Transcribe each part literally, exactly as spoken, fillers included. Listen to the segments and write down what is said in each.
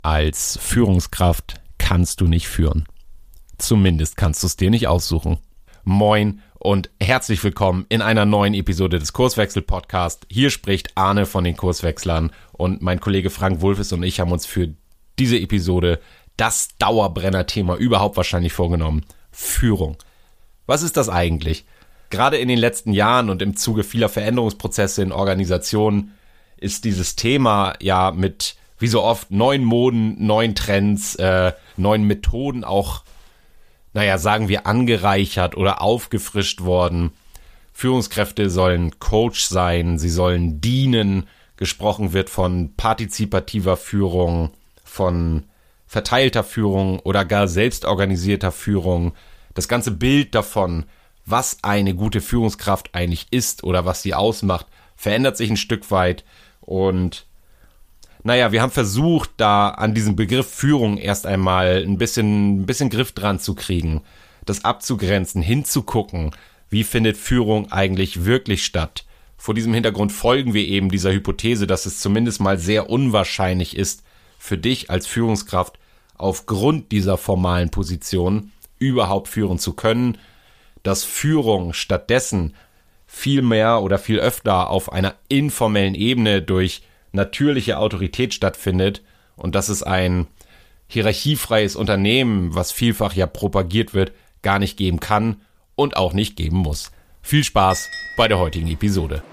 Als Führungskraft kannst du nicht führen. Zumindest kannst du es dir nicht aussuchen. Moin und herzlich willkommen in einer neuen Episode des Kurswechsel-Podcasts. Hier spricht Arne von den Kurswechslern und mein Kollege Frank Wulfes und ich haben uns für diese Episode das Dauerbrenner-Thema überhaupt wahrscheinlich vorgenommen. Führung. Was ist das eigentlich? Gerade in den letzten Jahren und im Zuge vieler Veränderungsprozesse in Organisationen ist dieses Thema ja mit, wie so oft, neuen Moden, neuen Trends, äh, neuen Methoden auch, naja, sagen wir, angereichert oder aufgefrischt worden. Führungskräfte sollen Coach sein, sie sollen dienen. Gesprochen wird von partizipativer Führung, von verteilter Führung oder gar selbstorganisierter Führung. Das ganze Bild davon, was eine gute Führungskraft eigentlich ist oder was sie ausmacht, verändert sich ein Stück weit. Und naja, wir haben versucht, da an diesem Begriff Führung erst einmal ein bisschen, ein bisschen Griff dran zu kriegen, das abzugrenzen, hinzugucken, wie findet Führung eigentlich wirklich statt. Vor diesem Hintergrund folgen wir eben dieser Hypothese, dass es zumindest mal sehr unwahrscheinlich ist, für dich als Führungskraft aufgrund dieser formalen Position überhaupt führen zu können, dass Führung stattdessen viel mehr oder viel öfter auf einer informellen Ebene durch natürliche Autorität stattfindet und dass es ein hierarchiefreies Unternehmen, was vielfach ja propagiert wird, gar nicht geben kann und auch nicht geben muss. Viel Spaß bei der heutigen Episode.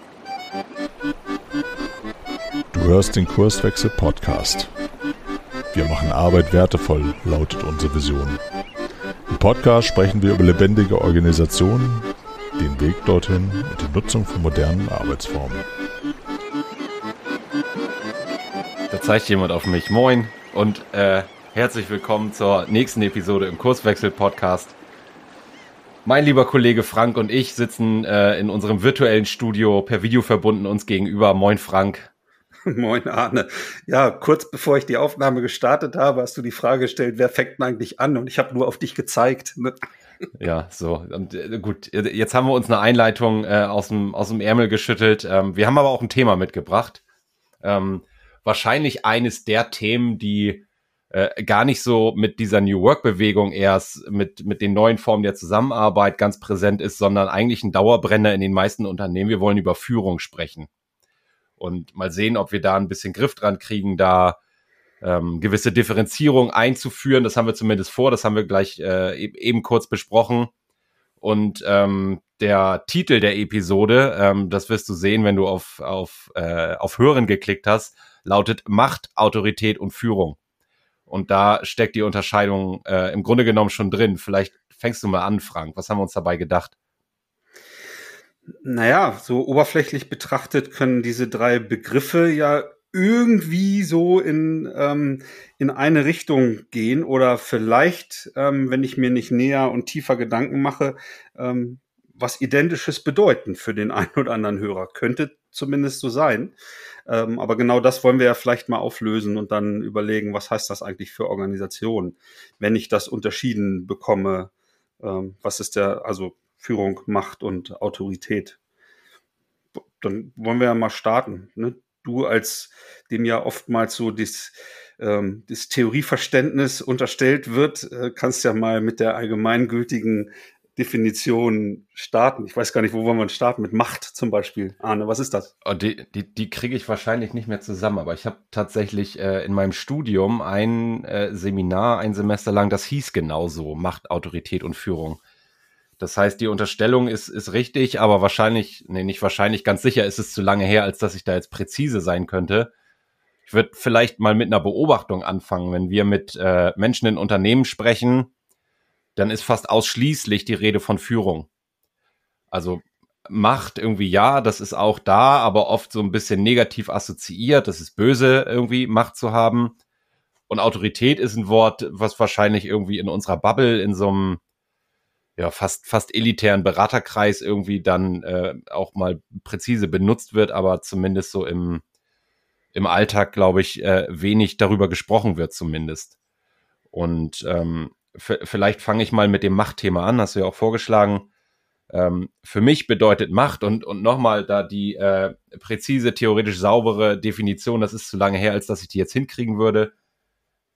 Du hörst den Kurswechsel-Podcast. Wir machen Arbeit wertevoll, lautet unsere Vision. Im Podcast sprechen wir über lebendige Organisationen, den Weg dorthin und die Nutzung von modernen Arbeitsformen. Da zeigt jemand auf mich. Moin und äh, herzlich willkommen zur nächsten Episode im Kurswechsel-Podcast. Mein lieber Kollege Frank und ich sitzen äh, in unserem virtuellen Studio per Video verbunden uns gegenüber. Moin Frank. Moin Arne. Ja, kurz bevor ich die Aufnahme gestartet habe, hast du die Frage gestellt, wer fängt denn eigentlich an? Und ich habe nur auf dich gezeigt. Ne? Ja, so. Und äh, gut, jetzt haben wir uns eine Einleitung äh, aus dem aus dem Ärmel geschüttelt. Ähm, wir haben aber auch ein Thema mitgebracht. Ähm, wahrscheinlich eines der Themen, die äh, gar nicht so mit dieser New Work-Bewegung erst mit mit den neuen Formen der Zusammenarbeit ganz präsent ist, sondern eigentlich ein Dauerbrenner in den meisten Unternehmen. Wir wollen über Führung sprechen. Und mal sehen, ob wir da ein bisschen Griff dran kriegen, da ähm, gewisse Differenzierung einzuführen. Das haben wir zumindest vor, das haben wir gleich äh, eben kurz besprochen. Und ähm, der Titel der Episode, ähm, das wirst du sehen, wenn du auf, auf, äh, auf Hören geklickt hast, lautet Macht, Autorität und Führung. Und da steckt die Unterscheidung äh, im Grunde genommen schon drin. Vielleicht fängst du mal an, Frank. Was haben wir uns dabei gedacht? Naja, so oberflächlich betrachtet können diese drei Begriffe ja irgendwie so in, ähm, in eine Richtung gehen oder vielleicht, ähm, wenn ich mir nicht näher und tiefer Gedanken mache, ähm, was Identisches bedeuten für den einen oder anderen Hörer. Könnte zumindest so sein. Ähm, aber genau das wollen wir ja vielleicht mal auflösen und dann überlegen, was heißt das eigentlich für Organisationen, wenn ich das unterschieden bekomme, ähm, was ist der, also Führung, Macht und Autorität. Dann wollen wir ja mal starten. Ne? Du als dem ja oftmals so das, ähm, das Theorieverständnis unterstellt wird, äh, kannst ja mal mit der allgemeingültigen Definition starten. Ich weiß gar nicht, wo wollen wir starten? Mit Macht zum Beispiel. Arne, was ist das? Oh, die die, die kriege ich wahrscheinlich nicht mehr zusammen, aber ich habe tatsächlich äh, in meinem Studium ein äh, Seminar, ein Semester lang, das hieß genauso, Macht, Autorität und Führung. Das heißt, die Unterstellung ist, ist richtig, aber wahrscheinlich, nee, nicht wahrscheinlich, ganz sicher ist es zu lange her, als dass ich da jetzt präzise sein könnte. Ich würde vielleicht mal mit einer Beobachtung anfangen. Wenn wir mit äh, Menschen in Unternehmen sprechen, dann ist fast ausschließlich die Rede von Führung. Also Macht irgendwie ja, das ist auch da, aber oft so ein bisschen negativ assoziiert. Das ist böse, irgendwie Macht zu haben. Und Autorität ist ein Wort, was wahrscheinlich irgendwie in unserer Bubble, in so einem ja, fast, fast elitären Beraterkreis irgendwie dann äh, auch mal präzise benutzt wird, aber zumindest so im, im Alltag, glaube ich, äh, wenig darüber gesprochen wird zumindest. Und ähm, f- vielleicht fange ich mal mit dem Machtthema an, hast du ja auch vorgeschlagen. Ähm, für mich bedeutet Macht und, und nochmal da die äh, präzise, theoretisch saubere Definition, das ist zu lange her, als dass ich die jetzt hinkriegen würde.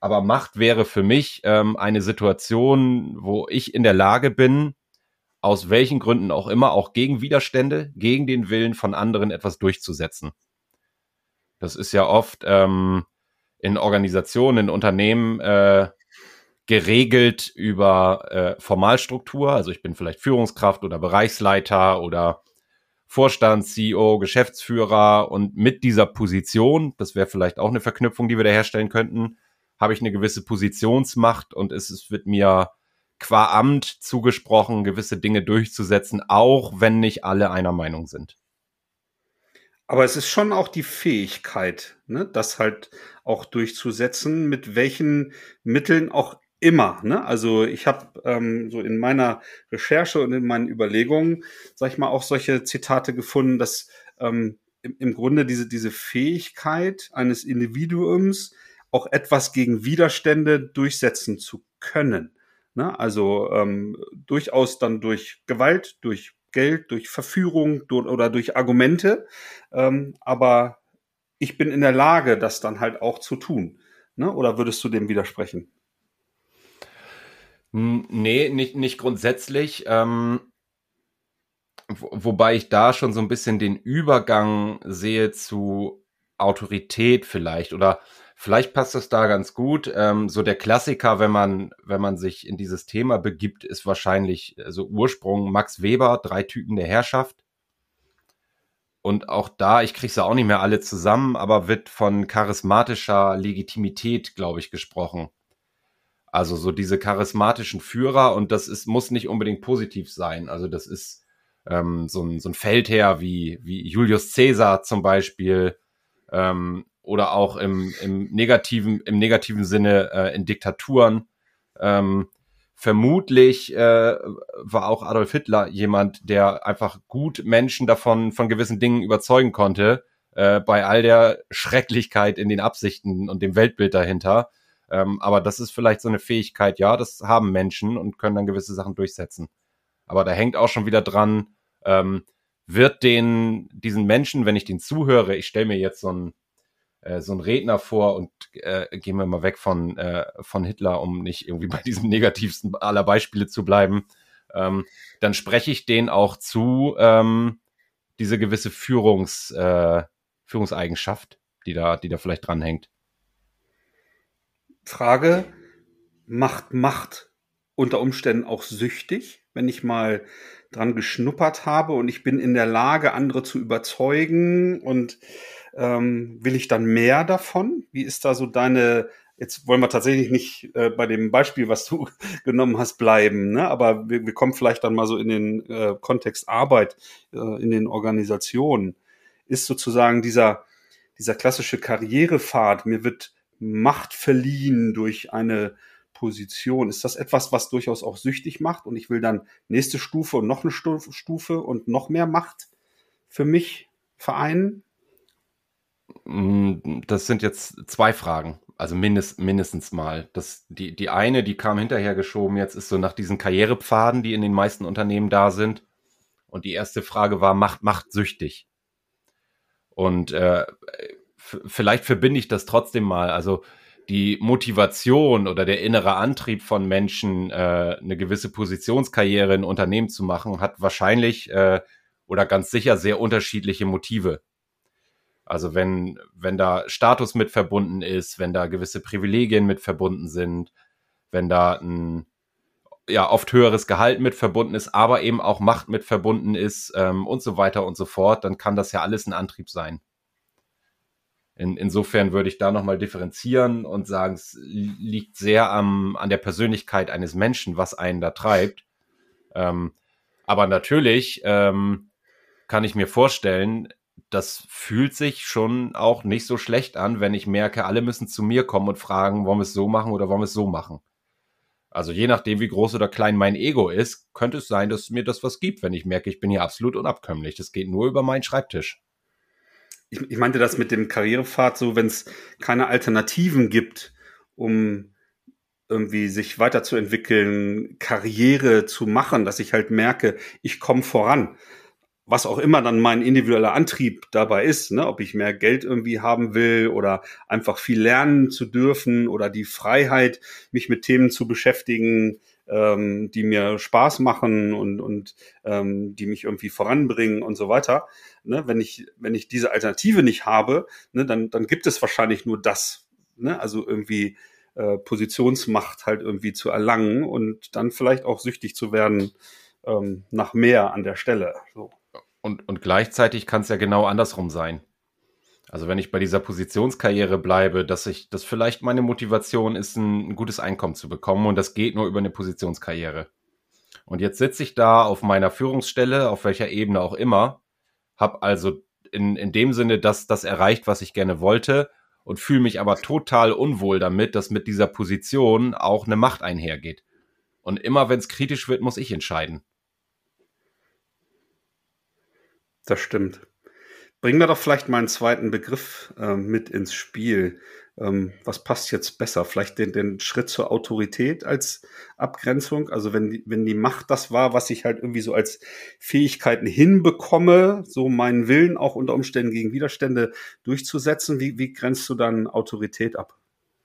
Aber Macht wäre für mich ähm, eine Situation, wo ich in der Lage bin, aus welchen Gründen auch immer, auch gegen Widerstände, gegen den Willen von anderen etwas durchzusetzen. Das ist ja oft ähm, in Organisationen, in Unternehmen äh, geregelt über äh, Formalstruktur. Also ich bin vielleicht Führungskraft oder Bereichsleiter oder Vorstand, C E O, Geschäftsführer, und mit dieser Position, das wäre vielleicht auch eine Verknüpfung, die wir da herstellen könnten, habe ich eine gewisse Positionsmacht und es, es wird mir qua Amt zugesprochen, gewisse Dinge durchzusetzen, auch wenn nicht alle einer Meinung sind. Aber es ist schon auch die Fähigkeit, ne, das halt auch durchzusetzen, mit welchen Mitteln auch immer. Ne? Also ich habe ähm, so in meiner Recherche und in meinen Überlegungen, sag ich mal, auch solche Zitate gefunden, dass ähm, im, im Grunde diese, diese Fähigkeit eines Individuums, auch etwas gegen Widerstände durchsetzen zu können. Ne? Also ähm, durchaus dann durch Gewalt, durch Geld, durch Verführung durch, oder durch Argumente. Ähm, aber ich bin in der Lage, das dann halt auch zu tun. Ne? Oder würdest du dem widersprechen? Nee, nicht, nicht grundsätzlich. Ähm, wo, wobei ich da schon so ein bisschen den Übergang sehe zu Autorität vielleicht. Oder vielleicht passt das da ganz gut. Ähm, so der Klassiker, wenn man, wenn man sich in dieses Thema begibt, ist wahrscheinlich so also Ursprung Max Weber, Drei Typen der Herrschaft. Und auch da, ich kriege sie auch nicht mehr alle zusammen, aber wird von charismatischer Legitimität, glaube ich, gesprochen. Also so diese charismatischen Führer, und das ist, muss nicht unbedingt positiv sein. Also das ist ähm, so, ein, so ein Feldherr wie, wie Julius Caesar zum Beispiel, ähm, oder auch im, im negativen, im negativen Sinne äh, in Diktaturen. Ähm, vermutlich äh, war auch Adolf Hitler jemand, der einfach gut Menschen davon von gewissen Dingen überzeugen konnte, äh, bei all der Schrecklichkeit in den Absichten und dem Weltbild dahinter. Ähm, aber das ist vielleicht so eine Fähigkeit, ja, das haben Menschen und können dann gewisse Sachen durchsetzen. Aber da hängt auch schon wieder dran, ähm, wird den, diesen Menschen, wenn ich den zuhöre, ich stelle mir jetzt so einen, äh, so einen Redner vor und äh, gehen wir mal weg von, äh, von Hitler, um nicht irgendwie bei diesem negativsten aller Beispiele zu bleiben, ähm, dann spreche ich denen auch zu, ähm, diese gewisse Führungs, äh, Führungseigenschaft, die da, die da vielleicht dranhängt. Frage, macht Macht unter Umständen auch süchtig, wenn ich mal dran geschnuppert habe und ich bin in der Lage, andere zu überzeugen, und ähm, will ich dann mehr davon? Wie ist da so deine, jetzt wollen wir tatsächlich nicht äh, bei dem Beispiel, was du genommen hast, bleiben, ne? Aber wir, wir kommen vielleicht dann mal so in den äh, Kontext Arbeit, äh, in den Organisationen. Ist sozusagen dieser, dieser klassische Karrierepfad, mir wird Macht verliehen durch eine Position. Ist das etwas, was durchaus auch süchtig macht und ich will dann nächste Stufe und noch eine Stufe und noch mehr Macht für mich vereinen? Das sind jetzt zwei Fragen, also mindest, mindestens mal. Das, die, die eine, die kam hinterher geschoben, jetzt ist so nach diesen Karrierepfaden, die in den meisten Unternehmen da sind. Und die erste Frage war, macht, macht süchtig. Und äh, f- vielleicht verbinde ich das trotzdem mal. Also die Motivation oder der innere Antrieb von Menschen, äh, eine gewisse Positionskarriere in Unternehmen zu machen, hat wahrscheinlich äh, oder ganz sicher sehr unterschiedliche Motive. Also wenn, wenn da Status mit verbunden ist, wenn da gewisse Privilegien mit verbunden sind, wenn da ein ja oft höheres Gehalt mit verbunden ist, aber eben auch Macht mit verbunden ist, ähm, und so weiter und so fort, dann kann das ja alles ein Antrieb sein. In, insofern würde ich da nochmal differenzieren und sagen, es liegt sehr am, an der Persönlichkeit eines Menschen, was einen da treibt. Ähm, aber natürlich ähm, kann ich mir vorstellen, das fühlt sich schon auch nicht so schlecht an, wenn ich merke, alle müssen zu mir kommen und fragen, wollen wir es so machen oder wollen wir es so machen. Also je nachdem, wie groß oder klein mein Ego ist, könnte es sein, dass mir das was gibt, wenn ich merke, ich bin hier absolut unabkömmlich. Das geht nur über meinen Schreibtisch. Ich, ich meinte das mit dem Karrierepfad so, wenn es keine Alternativen gibt, um irgendwie sich weiterzuentwickeln, Karriere zu machen, dass ich halt merke, ich komme voran. was auch immer dann mein individueller Antrieb dabei ist, ne, ob ich mehr Geld irgendwie haben will oder einfach viel lernen zu dürfen oder die Freiheit, mich mit Themen zu beschäftigen, ähm, die mir Spaß machen und, und ähm, die mich irgendwie voranbringen und so weiter. Ne, wenn ich, wenn ich diese Alternative nicht habe, ne, dann, dann gibt es wahrscheinlich nur das, ne, also irgendwie äh, Positionsmacht halt irgendwie zu erlangen und dann vielleicht auch süchtig zu werden ähm, nach mehr an der Stelle. So. Und, und gleichzeitig kann es ja genau andersrum sein. Also wenn ich bei dieser Positionskarriere bleibe, dass ich, dass vielleicht meine Motivation ist, ein, ein gutes Einkommen zu bekommen und das geht nur über eine Positionskarriere. Und jetzt sitze ich da auf meiner Führungsstelle, auf welcher Ebene auch immer, habe also in, in dem Sinne das, das erreicht, was ich gerne wollte und fühle mich aber total unwohl damit, dass mit dieser Position auch eine Macht einhergeht. Und immer wenn es kritisch wird, muss ich entscheiden. Das stimmt. Bringen wir doch vielleicht mal einen zweiten Begriff äh, mit ins Spiel. Ähm, was passt jetzt besser? Vielleicht den, den Schritt zur Autorität als Abgrenzung? Also wenn die, wenn die Macht das war, was ich halt irgendwie so als Fähigkeiten hinbekomme, so meinen Willen auch unter Umständen gegen Widerstände durchzusetzen, wie, wie grenzt du dann Autorität ab?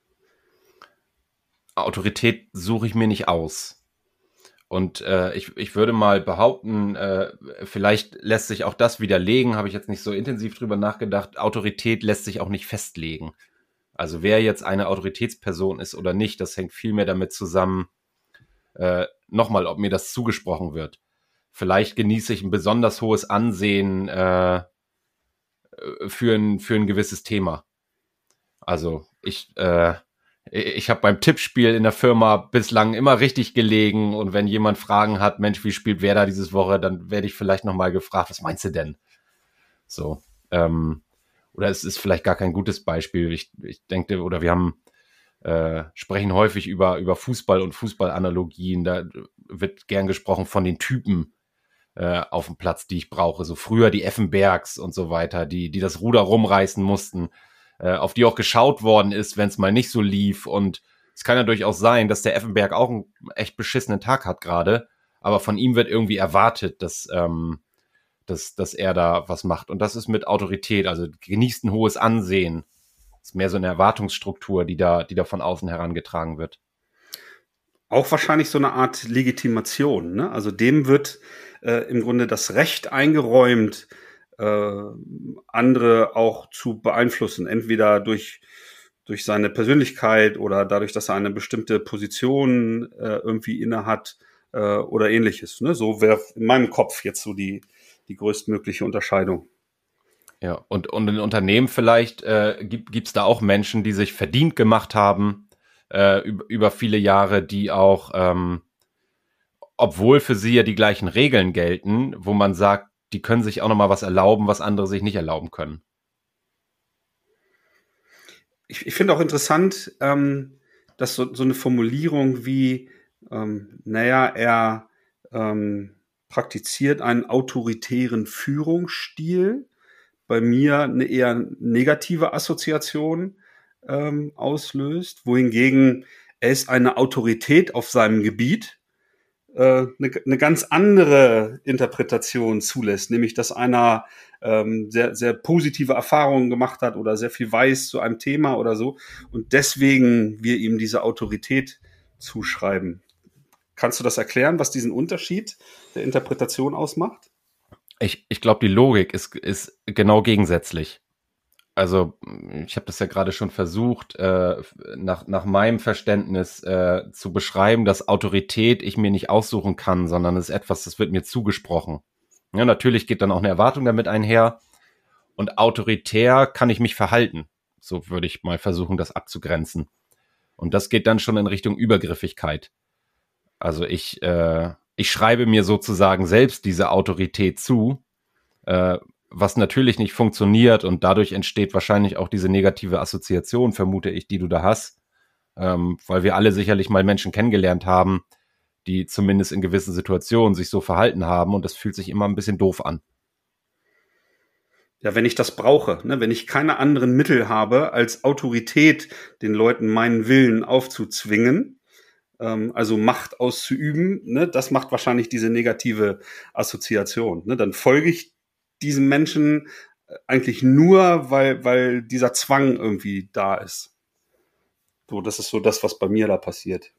Autorität suche ich mir nicht aus. Und äh, ich, ich würde mal behaupten, äh, vielleicht lässt sich auch das widerlegen, habe ich jetzt nicht so intensiv drüber nachgedacht. Autorität lässt sich auch nicht festlegen. Also wer jetzt eine Autoritätsperson ist oder nicht, das hängt viel mehr damit zusammen, äh, nochmal, ob mir das zugesprochen wird. Vielleicht genieße ich ein besonders hohes Ansehen äh, für, ein, für ein gewisses Thema. Also ich... Äh, Ich habe beim Tippspiel in der Firma bislang immer richtig gelegen und wenn jemand Fragen hat, Mensch, wie spielt wer da dieses Woche, dann werde ich vielleicht nochmal gefragt, was meinst du denn? So, ähm, oder es ist vielleicht gar kein gutes Beispiel. Ich, ich denke, oder wir haben, äh, sprechen häufig über, über Fußball und Fußballanalogien. Da wird gern gesprochen von den Typen äh, auf dem Platz, die ich brauche. So früher die Effenbergs und so weiter, die, die das Ruder rumreißen mussten, auf die auch geschaut worden ist, wenn es mal nicht so lief. Und es kann ja durchaus sein, dass der Effenberg auch einen echt beschissenen Tag hat gerade, aber von ihm wird irgendwie erwartet, dass, ähm, dass, dass er da was macht. Und das ist mit Autorität, also genießt ein hohes Ansehen. Das ist mehr so eine Erwartungsstruktur, die da, die da von außen herangetragen wird. Auch wahrscheinlich so eine Art Legitimation, ne? Also dem wird äh, im Grunde das Recht eingeräumt, Äh, andere auch zu beeinflussen, entweder durch, durch seine Persönlichkeit oder dadurch, dass er eine bestimmte Position äh, irgendwie innehat äh, oder ähnliches. Ne? So wäre in meinem Kopf jetzt so die, die größtmögliche Unterscheidung. Ja, und, und in Unternehmen vielleicht äh, gibt es da auch Menschen, die sich verdient gemacht haben äh, über, über viele Jahre, die auch, ähm, obwohl für sie ja die gleichen Regeln gelten, wo man sagt, die können sich auch noch mal was erlauben, was andere sich nicht erlauben können. Ich, ich finde auch interessant, ähm, dass so, so eine Formulierung wie, ähm, naja, er ähm, praktiziert einen autoritären Führungsstil, bei mir eine eher negative Assoziation ähm, auslöst, wohingegen er ist eine Autorität auf seinem Gebiet, eine, eine ganz andere Interpretation zulässt, nämlich dass einer ähm, sehr, sehr positive Erfahrungen gemacht hat oder sehr viel weiß zu einem Thema oder so und deswegen wir ihm diese Autorität zuschreiben. Kannst du das erklären, was diesen Unterschied der Interpretation ausmacht? Ich, ich glaube, die Logik ist, ist genau gegensätzlich. Also ich habe das ja gerade schon versucht, äh, nach, nach meinem Verständnis äh, zu beschreiben, dass Autorität ich mir nicht aussuchen kann, sondern es ist etwas, das wird mir zugesprochen. Ja, natürlich geht dann auch eine Erwartung damit einher und autoritär kann ich mich verhalten. So würde ich mal versuchen, das abzugrenzen. Und das geht dann schon in Richtung Übergriffigkeit. Also ich, äh, ich schreibe mir sozusagen selbst diese Autorität zu, äh, was natürlich nicht funktioniert und dadurch entsteht wahrscheinlich auch diese negative Assoziation, vermute ich, die du da hast, ähm, weil wir alle sicherlich mal Menschen kennengelernt haben, die zumindest in gewissen Situationen sich so verhalten haben und das fühlt sich immer ein bisschen doof an. Ja, wenn ich das brauche, ne, wenn ich keine anderen Mittel habe, als Autorität den Leuten meinen Willen aufzuzwingen, ähm, also Macht auszuüben, ne, das macht wahrscheinlich diese negative Assoziation. Ne, dann folge ich diesen Menschen eigentlich nur, weil, weil dieser Zwang irgendwie da ist. So, das ist so das, was bei mir da passiert.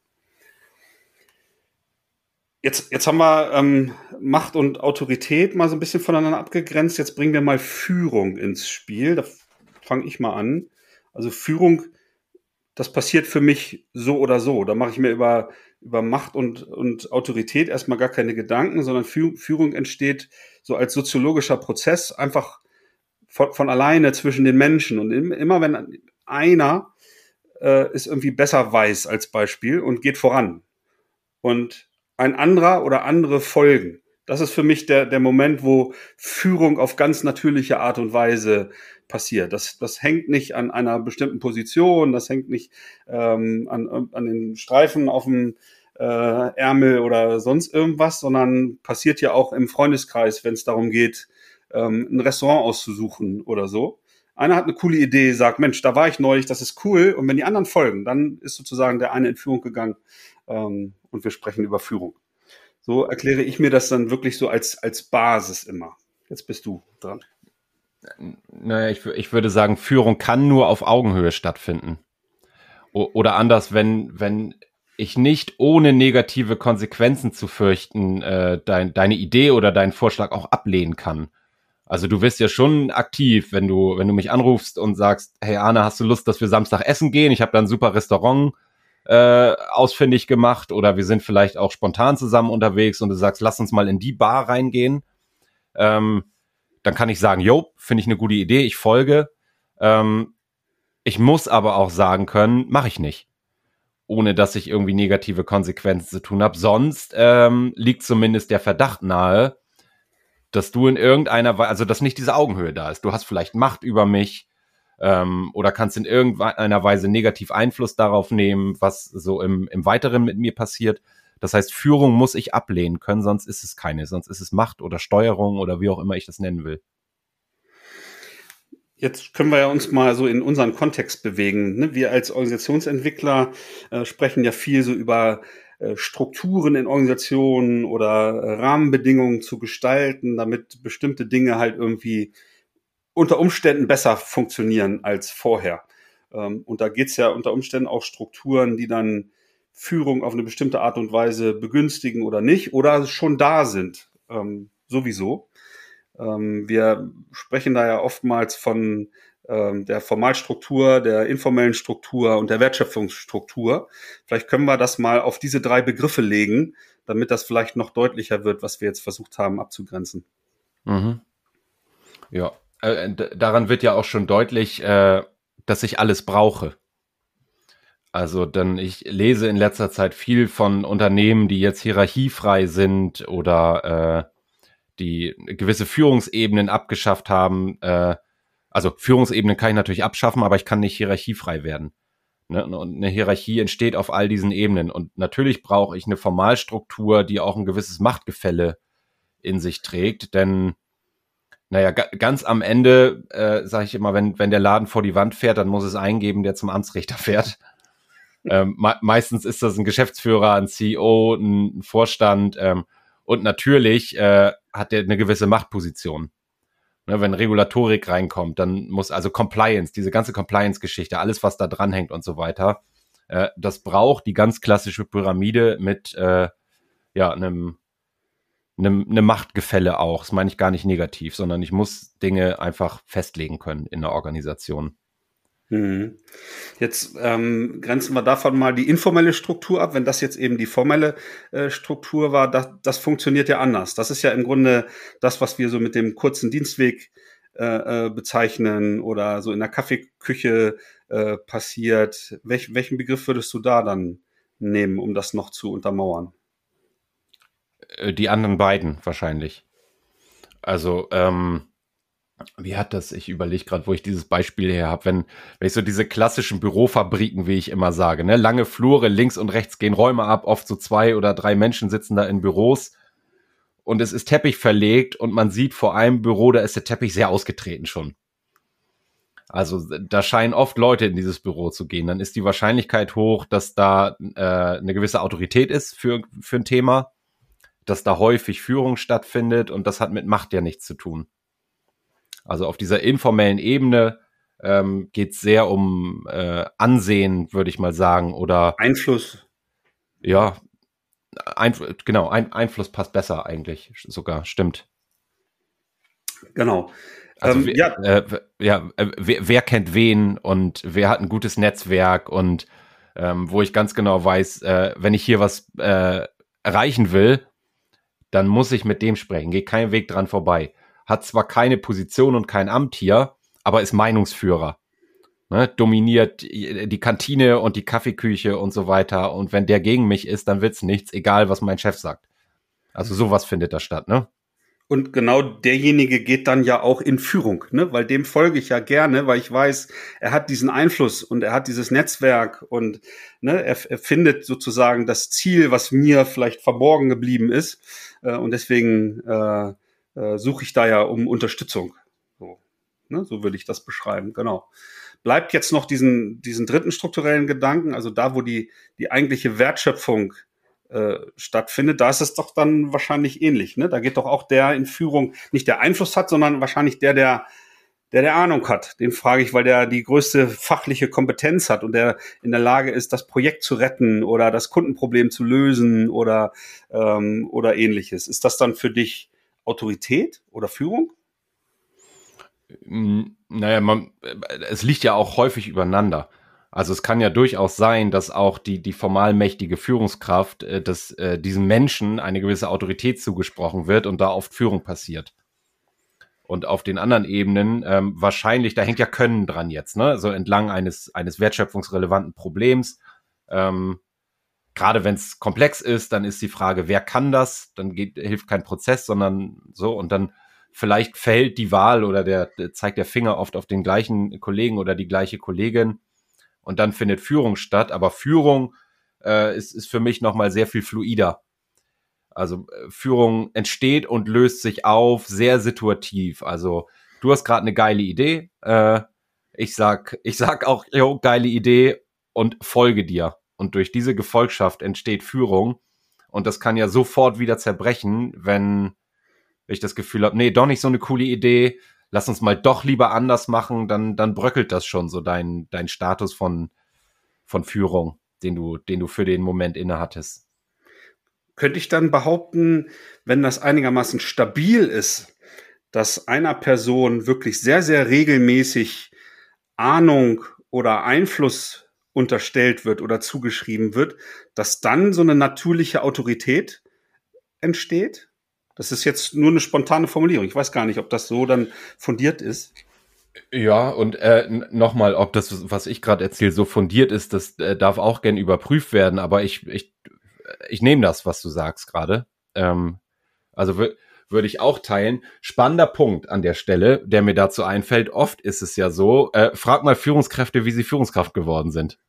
Jetzt, jetzt haben wir ähm, Macht und Autorität mal so ein bisschen voneinander abgegrenzt. Jetzt bringen wir mal Führung ins Spiel. Da fange ich mal an. Also Führung, das passiert für mich so oder so. Da mache ich mir über, über Macht und, und Autorität erstmal gar keine Gedanken, sondern Führung entsteht so als soziologischer Prozess einfach von, von alleine zwischen den Menschen. Und immer wenn einer äh, es irgendwie besser weiß als Beispiel und geht voran und ein anderer oder andere folgen. Das ist für mich der, der Moment, wo Führung auf ganz natürliche Art und Weise passiert. Das, das hängt nicht an einer bestimmten Position, das hängt nicht ähm, an, an den Streifen auf dem äh, Ärmel oder sonst irgendwas, sondern passiert ja auch im Freundeskreis, wenn es darum geht, ähm, ein Restaurant auszusuchen oder so. Einer hat eine coole Idee, sagt, Mensch, da war ich neulich, das ist cool. Und wenn die anderen folgen, dann ist sozusagen der eine in Führung gegangen. Ähm, und wir sprechen über Führung. So erkläre ich mir das dann wirklich so als, als Basis immer. Jetzt bist du dran. Naja, ich, ich würde sagen, Führung kann nur auf Augenhöhe stattfinden. O- oder anders, wenn, wenn ich nicht ohne negative Konsequenzen zu fürchten äh, dein, deine Idee oder deinen Vorschlag auch ablehnen kann. Also du wirst ja schon aktiv, wenn du, wenn du mich anrufst und sagst, hey Arne, hast du Lust, dass wir Samstag essen gehen? Ich habe da ein super Restaurant äh, ausfindig gemacht, oder wir sind vielleicht auch spontan zusammen unterwegs und du sagst, lass uns mal in die Bar reingehen. Ähm, dann kann ich sagen, jo, finde ich eine gute Idee, ich folge. Ähm, ich muss aber auch sagen können, mache ich nicht. Ohne dass ich irgendwie negative Konsequenzen zu tun habe. Sonst ähm, liegt zumindest der Verdacht nahe, dass du in irgendeiner Weise, also dass nicht diese Augenhöhe da ist. Du hast vielleicht Macht über mich ähm, oder kannst in irgendeiner Weise negativ Einfluss darauf nehmen, was so im, im Weiteren mit mir passiert. Das heißt, Führung muss ich ablehnen können, sonst ist es keine. Sonst ist es Macht oder Steuerung oder wie auch immer ich das nennen will. Jetzt können wir ja uns mal so in unseren Kontext bewegen. Ne? Wir als Organisationsentwickler äh, sprechen ja viel so über äh, Strukturen in Organisationen oder äh, Rahmenbedingungen zu gestalten, damit bestimmte Dinge halt irgendwie unter Umständen besser funktionieren als vorher. Ähm, und da geht's ja unter Umständen auch Strukturen, die dann Führung auf eine bestimmte Art und Weise begünstigen oder nicht oder schon da sind, ähm, sowieso. Ähm, wir sprechen da ja oftmals von ähm, der Formalstruktur, der informellen Struktur und der Wertschöpfungsstruktur. Vielleicht können wir das mal auf diese drei Begriffe legen, damit das vielleicht noch deutlicher wird, was wir jetzt versucht haben abzugrenzen. Mhm. Ja, äh, d- daran wird ja auch schon deutlich, äh, dass ich alles brauche. Also dann, ich lese in letzter Zeit viel von Unternehmen, die jetzt hierarchiefrei sind oder äh, die gewisse Führungsebenen abgeschafft haben. Äh, also Führungsebenen kann ich natürlich abschaffen, aber ich kann nicht hierarchiefrei werden. Ne? Und eine Hierarchie entsteht auf all diesen Ebenen. Und natürlich brauche ich eine Formalstruktur, die auch ein gewisses Machtgefälle in sich trägt. Denn, naja, ga- ganz am Ende, äh, sage ich immer, wenn, wenn der Laden vor die Wand fährt, dann muss es einen geben, der zum Amtsrichter fährt. Ähm, me- meistens ist das ein Geschäftsführer, ein C E O, ein, ein Vorstand ähm, und natürlich äh, hat der eine gewisse Machtposition. Ne, wenn Regulatorik reinkommt, dann muss also Compliance, diese ganze Compliance-Geschichte, alles, was da dranhängt und so weiter, äh, das braucht die ganz klassische Pyramide mit äh, ja einem einem einem Machtgefälle auch. Das meine ich gar nicht negativ, sondern ich muss Dinge einfach festlegen können in der Organisation. Mhm. Jetzt ähm, grenzen wir davon mal die informelle Struktur ab. Wenn das jetzt eben die formelle äh, Struktur war, das, das funktioniert ja anders. Das ist ja im Grunde das, was wir so mit dem kurzen Dienstweg äh, äh, bezeichnen oder so in der Kaffeeküche äh, passiert. Welch, welchen Begriff würdest du da dann nehmen, um das noch zu untermauern? Äh, Die anderen beiden wahrscheinlich. Also, ähm, wie hat das? Ich überlege gerade, wo ich dieses Beispiel her habe. Wenn, wenn ich so diese klassischen Bürofabriken, wie ich immer sage, ne, lange Flure, links und rechts gehen Räume ab, oft so zwei oder drei Menschen sitzen da in Büros und es ist Teppich verlegt und man sieht vor einem Büro, da ist der Teppich sehr ausgetreten schon. Also da scheinen oft Leute in dieses Büro zu gehen. Dann ist die Wahrscheinlichkeit hoch, dass da äh, eine gewisse Autorität ist für, für ein Thema, dass da häufig Führung stattfindet und das hat mit Macht ja nichts zu tun. Also auf dieser informellen Ebene ähm, geht es sehr um äh, Ansehen, würde ich mal sagen, oder Einfluss. Ja, ein, genau, ein, Einfluss passt besser eigentlich sogar, stimmt. Genau. Also Ähm, wer, ja, äh, ja, äh, wer, wer kennt wen und wer hat ein gutes Netzwerk und ähm, wo ich ganz genau weiß, äh, wenn ich hier was äh, erreichen will, dann muss ich mit dem sprechen, geht kein Weg dran vorbei. Hat zwar keine Position und kein Amt hier, aber ist Meinungsführer. Ne, dominiert die Kantine und die Kaffeeküche und so weiter. Und wenn der gegen mich ist, dann wird's nichts, egal was mein Chef sagt. Also sowas findet da statt, ne? und genau derjenige geht dann ja auch in Führung, ne? Weil dem folge ich ja gerne, weil ich weiß, er hat diesen Einfluss und er hat dieses Netzwerk und ne, er, er findet sozusagen das Ziel, was mir vielleicht verborgen geblieben ist. Äh, und deswegen äh, äh, suche ich da ja um Unterstützung. So, ne? So würde ich das beschreiben, genau. Bleibt jetzt noch diesen, diesen dritten strukturellen Gedanken, also da, wo die, die eigentliche Wertschöpfung äh, stattfindet, da ist es doch dann wahrscheinlich ähnlich. Ne? Da geht doch auch der in Führung, nicht der Einfluss hat, sondern wahrscheinlich der, der, der, der Ahnung hat. Den frage ich, weil der die größte fachliche Kompetenz hat und der in der Lage ist, das Projekt zu retten oder das Kundenproblem zu lösen oder, ähm, oder ähnliches. Ist das dann für dich Autorität oder Führung? Naja, man, es liegt ja auch häufig übereinander. Also es kann ja durchaus sein, dass auch die, die formal mächtige Führungskraft, äh, dass äh, diesem Menschen eine gewisse Autorität zugesprochen wird und da oft Führung passiert. Und auf den anderen Ebenen ähm, wahrscheinlich, da hängt ja Können dran jetzt, ne? So entlang eines, eines wertschöpfungsrelevanten Problems. Ähm, Gerade wenn es komplex ist, dann ist die Frage, wer kann das? Dann geht, hilft kein Prozess, sondern so und dann vielleicht fällt die Wahl oder der, der zeigt der Finger oft auf den gleichen Kollegen oder die gleiche Kollegin und dann findet Führung statt. Aber Führung äh, ist, ist für mich nochmal sehr viel fluider. Also äh, Führung entsteht und löst sich auf, sehr situativ. Also du hast gerade eine geile Idee. Äh, ich sag, ich sag auch, jo, geile Idee und folge dir. Und durch diese Gefolgschaft entsteht Führung. Und das kann ja sofort wieder zerbrechen, wenn ich das Gefühl habe, nee, doch nicht so eine coole Idee, lass uns mal doch lieber anders machen, dann, dann bröckelt das schon so dein, dein Status von, von Führung, den du, den du für den Moment innehattest. Könnte ich dann behaupten, wenn das einigermaßen stabil ist, dass einer Person wirklich sehr, sehr regelmäßig Ahnung oder Einfluss unterstellt wird oder zugeschrieben wird, dass dann so eine natürliche Autorität entsteht? Das ist jetzt nur eine spontane Formulierung. Ich weiß gar nicht, ob das so dann fundiert ist. Ja, und äh, nochmal, ob das, was ich gerade erzähle, so fundiert ist, das äh, darf auch gern überprüft werden, aber ich, ich, ich nehme das, was du sagst gerade. Ähm, also w- würde ich auch teilen. Spannender Punkt an der Stelle, der mir dazu einfällt. Oft ist es ja so, äh, frag mal Führungskräfte, wie sie Führungskraft geworden sind.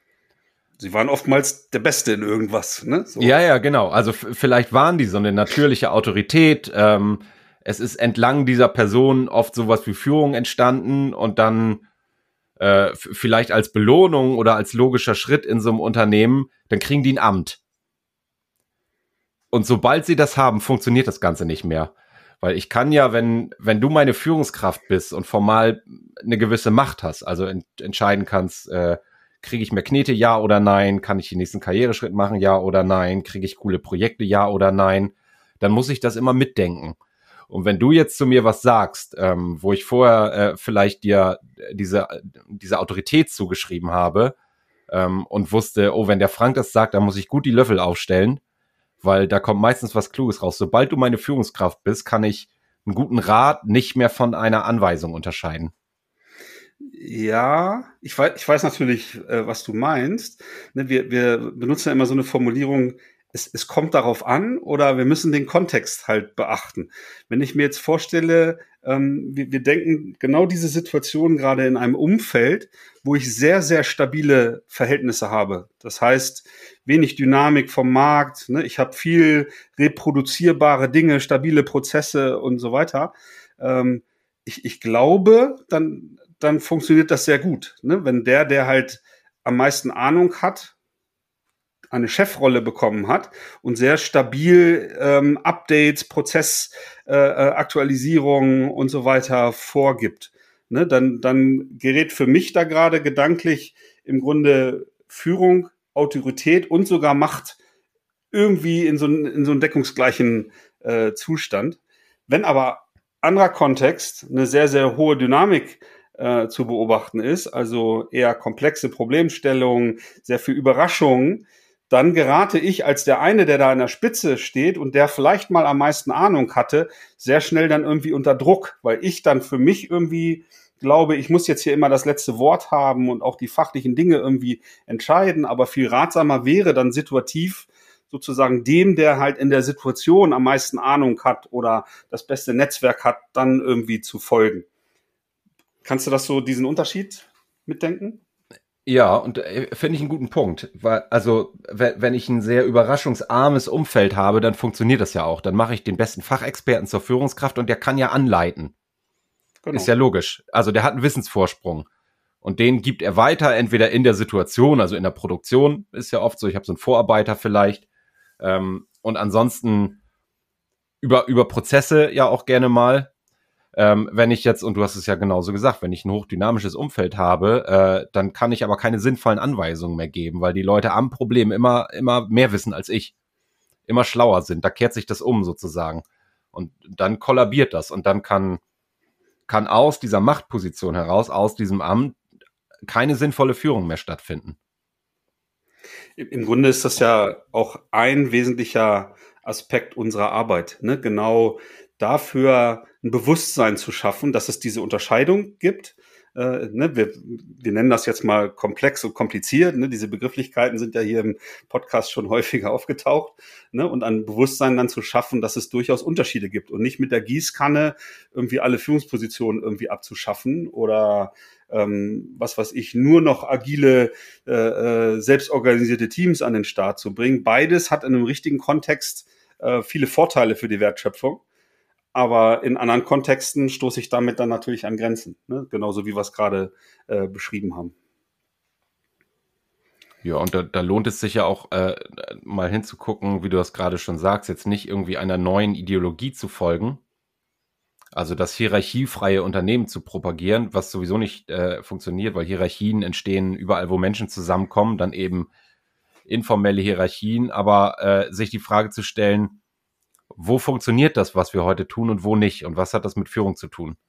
Sie waren oftmals der Beste in irgendwas, ne? So. Ja, ja, genau. Also f- vielleicht waren die so eine natürliche Autorität. Ähm, es ist entlang dieser Person oft sowas wie Führung entstanden und dann äh, f- vielleicht als Belohnung oder als logischer Schritt in so einem Unternehmen, dann kriegen die ein Amt. Und sobald sie das haben, funktioniert das Ganze nicht mehr. Weil ich kann ja, wenn, wenn du meine Führungskraft bist und formal eine gewisse Macht hast, also ent- entscheiden kannst, äh, kriege ich mehr Knete, ja oder nein, kann ich den nächsten Karriereschritt machen, ja oder nein, kriege ich coole Projekte, ja oder nein, dann muss ich das immer mitdenken. Und wenn du jetzt zu mir was sagst, ähm, wo ich vorher äh, vielleicht dir diese, diese Autorität zugeschrieben habe ähm, und wusste, oh, wenn der Frank das sagt, dann muss ich gut die Löffel aufstellen, weil da kommt meistens was Kluges raus. Sobald du meine Führungskraft bist, kann ich einen guten Rat nicht mehr von einer Anweisung unterscheiden. Ja, ich weiß, ich weiß natürlich, äh, was du meinst. Ne, wir, wir benutzen ja immer so eine Formulierung, es, es kommt darauf an oder wir müssen den Kontext halt beachten. Wenn ich mir jetzt vorstelle, ähm, wir, wir denken genau diese Situation gerade in einem Umfeld, wo ich sehr, sehr stabile Verhältnisse habe. Das heißt, wenig Dynamik vom Markt, ne? Ich habe viel reproduzierbare Dinge, stabile Prozesse und so weiter. Ähm, ich, ich glaube, dann dann funktioniert das sehr gut. Ne? Wenn der, der halt am meisten Ahnung hat, eine Chefrolle bekommen hat und sehr stabil ähm, Updates, Prozessaktualisierungen äh, und so weiter vorgibt, ne, dann, dann gerät für mich da gerade gedanklich im Grunde Führung, Autorität und sogar Macht irgendwie in so, in so einen deckungsgleichen äh, Zustand. Wenn aber anderer Kontext eine sehr, sehr hohe Dynamik äh, zu beobachten ist, also eher komplexe Problemstellungen, sehr viel Überraschungen, dann gerate ich als der eine, der da an der Spitze steht und der vielleicht mal am meisten Ahnung hatte, sehr schnell dann irgendwie unter Druck, weil ich dann für mich irgendwie glaube, ich muss jetzt hier immer das letzte Wort haben und auch die fachlichen Dinge irgendwie entscheiden, aber viel ratsamer wäre dann situativ sozusagen dem, der halt in der Situation am meisten Ahnung hat oder das beste Netzwerk hat, dann irgendwie zu folgen. Kannst du das so, diesen Unterschied mitdenken? Ja, und äh, finde ich einen guten Punkt, weil also wenn, wenn ich ein sehr überraschungsarmes Umfeld habe, dann funktioniert das ja auch. Dann mache ich den besten Fachexperten zur Führungskraft und der kann ja anleiten. Genau. Ist ja logisch. Also der hat einen Wissensvorsprung und den gibt er weiter, entweder in der Situation, also in der Produktion ist ja oft so, ich habe so einen Vorarbeiter vielleicht ähm, und ansonsten über über Prozesse ja auch gerne mal. Ähm, wenn ich jetzt, und du hast es ja genauso gesagt, wenn ich ein hochdynamisches Umfeld habe, äh, dann kann ich aber keine sinnvollen Anweisungen mehr geben, weil die Leute am Problem immer, immer mehr wissen als ich, immer schlauer sind. Da kehrt sich das um sozusagen. Und dann kollabiert das und dann kann, kann aus dieser Machtposition heraus, aus diesem Amt, keine sinnvolle Führung mehr stattfinden. Im Grunde ist das ja auch ein wesentlicher Aspekt unserer Arbeit, ne? Genau dafür ein Bewusstsein zu schaffen, dass es diese Unterscheidung gibt. Äh, ne, wir, wir nennen das jetzt mal komplex und kompliziert. Ne? Diese Begrifflichkeiten sind ja hier im Podcast schon häufiger aufgetaucht. Ne? Und ein Bewusstsein dann zu schaffen, dass es durchaus Unterschiede gibt und nicht mit der Gießkanne irgendwie alle Führungspositionen irgendwie abzuschaffen oder ähm, was weiß ich, nur noch agile, äh, äh, selbstorganisierte Teams an den Start zu bringen. Beides hat in einem richtigen Kontext äh, viele Vorteile für die Wertschöpfung. Aber in anderen Kontexten stoße ich damit dann natürlich an Grenzen, ne? Genauso wie wir es gerade äh, beschrieben haben. Ja, und da, da lohnt es sich ja auch äh, mal hinzugucken, wie du das gerade schon sagst, jetzt nicht irgendwie einer neuen Ideologie zu folgen, also das hierarchiefreie Unternehmen zu propagieren, was sowieso nicht äh, funktioniert, weil Hierarchien entstehen überall, wo Menschen zusammenkommen, dann eben informelle Hierarchien, aber äh, sich die Frage zu stellen, wo funktioniert das, was wir heute tun und wo nicht? Und was hat das mit Führung zu tun?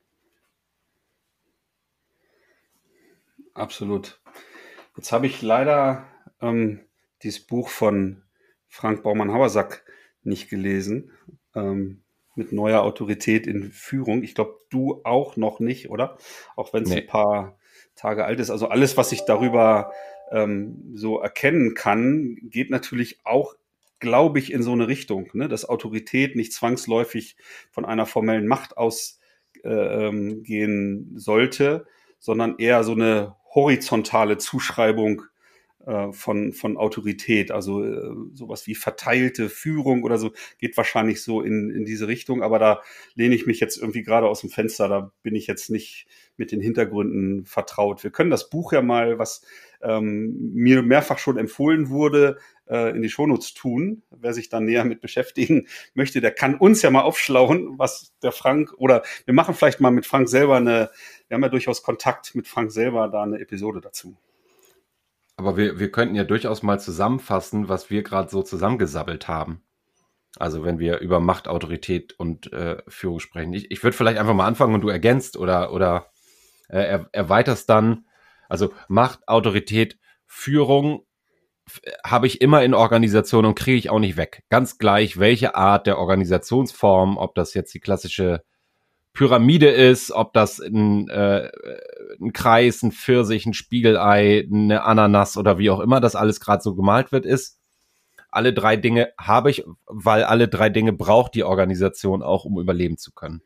Absolut. Jetzt habe ich leider ähm, dieses Buch von Frank Baumann-Hauersack nicht gelesen, ähm, mit neuer Autorität in Führung. Ich glaube, du auch noch nicht, oder? Auch wenn es nee. ein paar Tage alt ist. Also alles, was ich darüber ähm, so erkennen kann, geht natürlich auch, glaube ich, in so eine Richtung, ne? Dass Autorität nicht zwangsläufig von einer formellen Macht ausgehen äh, sollte, sondern eher so eine horizontale Zuschreibung äh, von, von Autorität, also äh, sowas wie verteilte Führung oder so, geht wahrscheinlich so in, in diese Richtung, aber da lehne ich mich jetzt irgendwie gerade aus dem Fenster, da bin ich jetzt nicht mit den Hintergründen vertraut. Wir können das Buch ja mal, was ähm, mir mehrfach schon empfohlen wurde, äh, in die Shownotes tun. Wer sich dann näher mit beschäftigen möchte, der kann uns ja mal aufschlauen, was der Frank, oder wir machen vielleicht mal mit Frank selber eine, wir haben ja durchaus Kontakt mit Frank selber, da eine Episode dazu. Aber wir, wir könnten ja durchaus mal zusammenfassen, was wir gerade so zusammengesabbelt haben. Also wenn wir über Macht, Autorität und äh, Führung sprechen. Ich, ich würde vielleicht einfach mal anfangen und du ergänzt oder, oder äh, er, erweiterst dann. Also Macht, Autorität, Führung habe ich immer in Organisationen und kriege ich auch nicht weg. Ganz gleich, welche Art der Organisationsform, ob das jetzt die klassische Pyramide ist, ob das ein, äh, ein Kreis, ein Pfirsich, ein Spiegelei, eine Ananas oder wie auch immer das alles gerade so gemalt wird, ist. Alle drei Dinge habe ich, weil alle drei Dinge braucht die Organisation auch, um überleben zu können.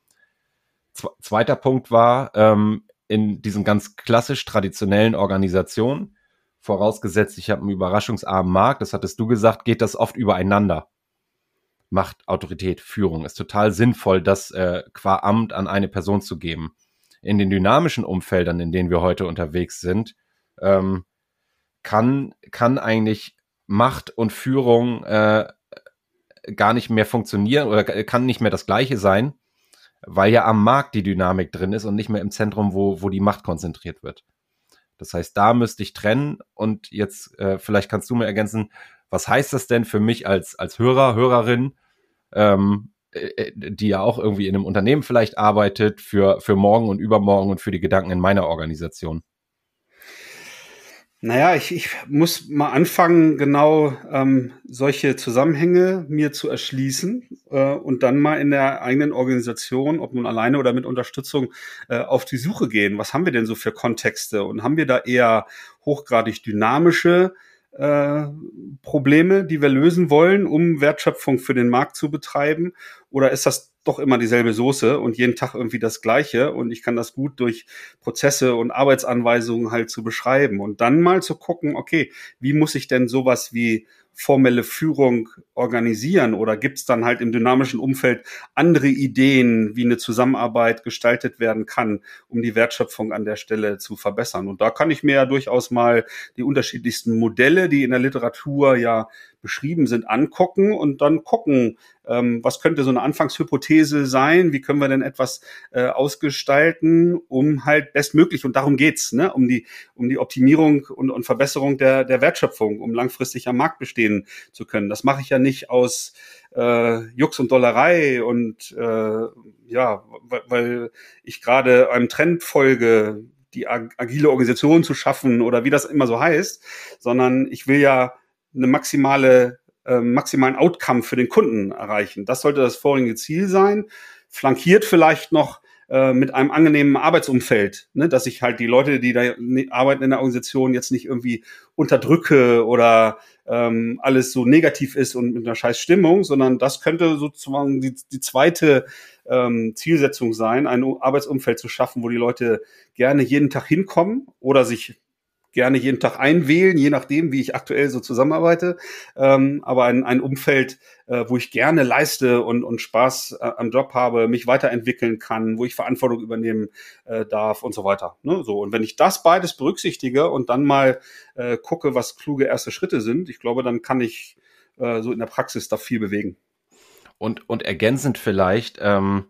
Z- zweiter Punkt war, ähm, in diesen ganz klassisch traditionellen Organisationen, vorausgesetzt, ich habe einen überraschungsarmen Markt, das hattest du gesagt, geht das oft übereinander. Macht, Autorität, Führung. Ist total sinnvoll, das äh, qua Amt an eine Person zu geben. In den dynamischen Umfeldern, in denen wir heute unterwegs sind, ähm, kann, kann eigentlich Macht und Führung äh, gar nicht mehr funktionieren oder kann nicht mehr das Gleiche sein, weil ja am Markt die Dynamik drin ist und nicht mehr im Zentrum, wo, wo die Macht konzentriert wird. Das heißt, da müsste ich trennen und jetzt äh, vielleicht kannst du mir ergänzen, was heißt das denn für mich als, als Hörer, Hörerin, ähm, äh, die ja auch irgendwie in einem Unternehmen vielleicht arbeitet, für, für morgen und übermorgen und für die Gedanken in meiner Organisation? Naja, ich, ich muss mal anfangen, genau ähm, solche Zusammenhänge mir zu erschließen äh, und dann mal in der eigenen Organisation, ob nun alleine oder mit Unterstützung, äh, auf die Suche gehen. Was haben wir denn so für Kontexte? Und haben wir da eher hochgradig dynamische äh, Probleme, die wir lösen wollen, um Wertschöpfung für den Markt zu betreiben? Oder ist das doch immer dieselbe Soße und jeden Tag irgendwie das Gleiche und ich kann das gut durch Prozesse und Arbeitsanweisungen halt zu beschreiben und dann mal zu gucken, okay, wie muss ich denn sowas wie formelle Führung organisieren oder gibt es dann halt im dynamischen Umfeld andere Ideen, wie eine Zusammenarbeit gestaltet werden kann, um die Wertschöpfung an der Stelle zu verbessern. Und da kann ich mir ja durchaus mal die unterschiedlichsten Modelle, die in der Literatur ja beschrieben sind, angucken und dann gucken, ähm, was könnte so eine Anfangshypothese sein, wie können wir denn etwas äh, ausgestalten, um halt bestmöglich, und darum geht's, ne, um die um die Optimierung und, und Verbesserung der der Wertschöpfung, um langfristig am Markt bestehen zu können. Das mache ich ja nicht aus äh, Jux und Dollerei und äh, ja, weil, weil ich gerade einem Trend folge, die ag- agile Organisation zu schaffen oder wie das immer so heißt, sondern ich will ja eine maximale, äh, maximalen Outcome für den Kunden erreichen. Das sollte das vorrangige Ziel sein. Flankiert vielleicht noch äh, mit einem angenehmen Arbeitsumfeld, ne, dass ich halt die Leute, die da arbeiten in der Organisation, jetzt nicht irgendwie unterdrücke oder ähm, alles so negativ ist und mit einer scheiß Stimmung, sondern das könnte sozusagen die, die zweite ähm, Zielsetzung sein, ein Arbeitsumfeld zu schaffen, wo die Leute gerne jeden Tag hinkommen oder sich gerne jeden Tag einwählen, je nachdem, wie ich aktuell so zusammenarbeite. Ähm, aber ein, ein Umfeld, äh, wo ich gerne leiste und, und Spaß äh, am Job habe, mich weiterentwickeln kann, wo ich Verantwortung übernehmen äh, darf und so weiter. Ne? So. Und wenn ich das beides berücksichtige und dann mal äh, gucke, was kluge erste Schritte sind, ich glaube, dann kann ich äh, so in der Praxis da viel bewegen. Und, und ergänzend vielleicht, ähm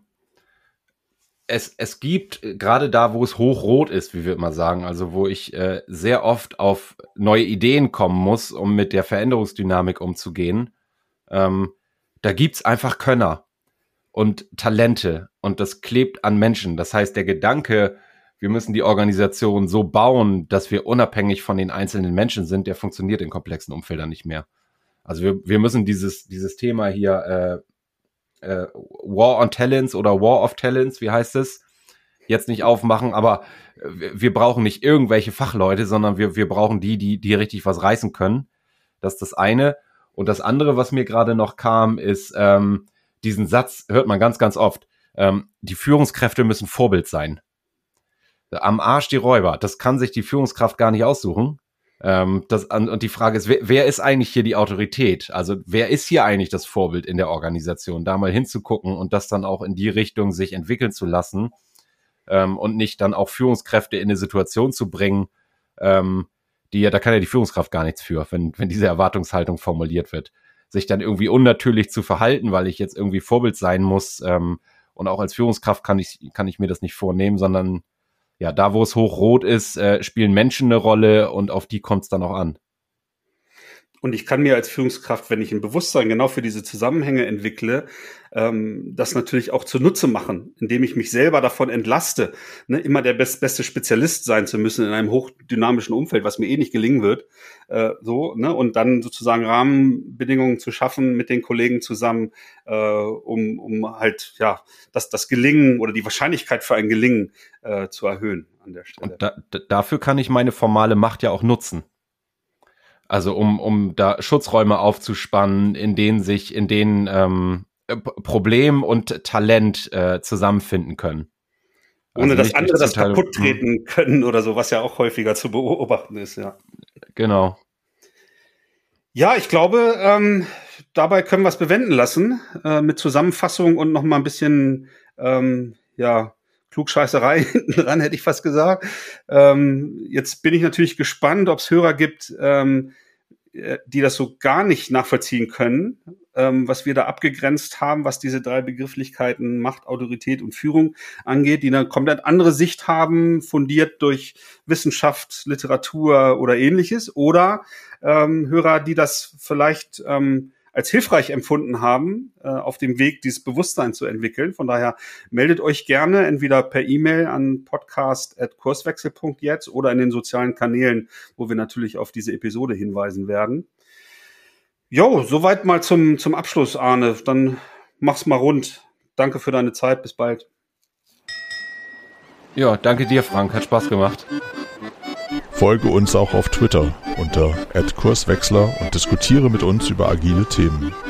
Es, es gibt, gerade da, wo es hochrot ist, wie wir immer sagen, also wo ich äh, sehr oft auf neue Ideen kommen muss, um mit der Veränderungsdynamik umzugehen, ähm, da gibt's einfach Könner und Talente und das klebt an Menschen. Das heißt, der Gedanke, wir müssen die Organisation so bauen, dass wir unabhängig von den einzelnen Menschen sind, der funktioniert in komplexen Umfeldern nicht mehr. Also wir, wir müssen dieses, dieses Thema hier äh, Äh, War on Talents oder War of Talents, wie heißt es, jetzt nicht aufmachen, aber wir, wir brauchen nicht irgendwelche Fachleute, sondern wir, wir brauchen die, die, die richtig was reißen können. Das ist das eine. Und das andere, was mir gerade noch kam, ist, ähm, diesen Satz hört man ganz, ganz oft, ähm, die Führungskräfte müssen Vorbild sein. Am Arsch die Räuber, das kann sich die Führungskraft gar nicht aussuchen. Ähm, das, und die Frage ist, wer, wer ist eigentlich hier die Autorität? Also wer ist hier eigentlich das Vorbild in der Organisation? Da mal hinzugucken und das dann auch in die Richtung sich entwickeln zu lassen ähm, und nicht dann auch Führungskräfte in eine Situation zu bringen, ähm, die ja, da kann ja die Führungskraft gar nichts für, wenn, wenn diese Erwartungshaltung formuliert wird. Sich dann irgendwie unnatürlich zu verhalten, weil ich jetzt irgendwie Vorbild sein muss ähm, und auch als Führungskraft kann ich, kann ich mir das nicht vornehmen, sondern ja, da wo es hochrot ist, äh, spielen Menschen eine Rolle und auf die kommt es dann auch an. Und ich kann mir als Führungskraft, wenn ich ein Bewusstsein genau für diese Zusammenhänge entwickle, ähm, das natürlich auch zunutze machen, indem ich mich selber davon entlaste, ne, immer der best, beste Spezialist sein zu müssen in einem hochdynamischen Umfeld, was mir eh nicht gelingen wird, äh, so, ne, und dann sozusagen Rahmenbedingungen zu schaffen mit den Kollegen zusammen, äh, um, um halt, ja, das, das Gelingen oder die Wahrscheinlichkeit für ein Gelingen äh, zu erhöhen an der Stelle. Und da, da, dafür kann ich meine formale Macht ja auch nutzen. Also um, um da Schutzräume aufzuspannen, in denen sich, in denen ähm, Problem und Talent äh, zusammenfinden können. Ohne also dass andere das kaputt treten können oder so, was ja auch häufiger zu beobachten ist, ja. Genau. Ja, ich glaube, ähm, dabei können wir es bewenden lassen, äh, mit Zusammenfassung und noch mal ein bisschen, ähm, ja, Klugscheißerei hinten dran, hätte ich fast gesagt. Ähm, jetzt bin ich natürlich gespannt, ob es Hörer gibt, ähm, die das so gar nicht nachvollziehen können, ähm, was wir da abgegrenzt haben, was diese drei Begrifflichkeiten Macht, Autorität und Führung angeht, die eine komplett andere Sicht haben, fundiert durch Wissenschaft, Literatur oder Ähnliches, oder ähm, Hörer, die das vielleicht ähm, als hilfreich empfunden haben, äh, auf dem Weg, dieses Bewusstsein zu entwickeln. Von daher meldet euch gerne entweder per E-Mail an podcast at kurswechsel punkt jetzt oder in den sozialen Kanälen, wo wir natürlich auf diese Episode hinweisen werden. Jo, soweit mal zum, zum Abschluss, Arne. Dann mach's mal rund. Danke für deine Zeit. Bis bald. Ja, danke dir, Frank. Hat Spaß gemacht. Folge uns auch auf Twitter unter at kurswechsler und diskutiere mit uns über agile Themen.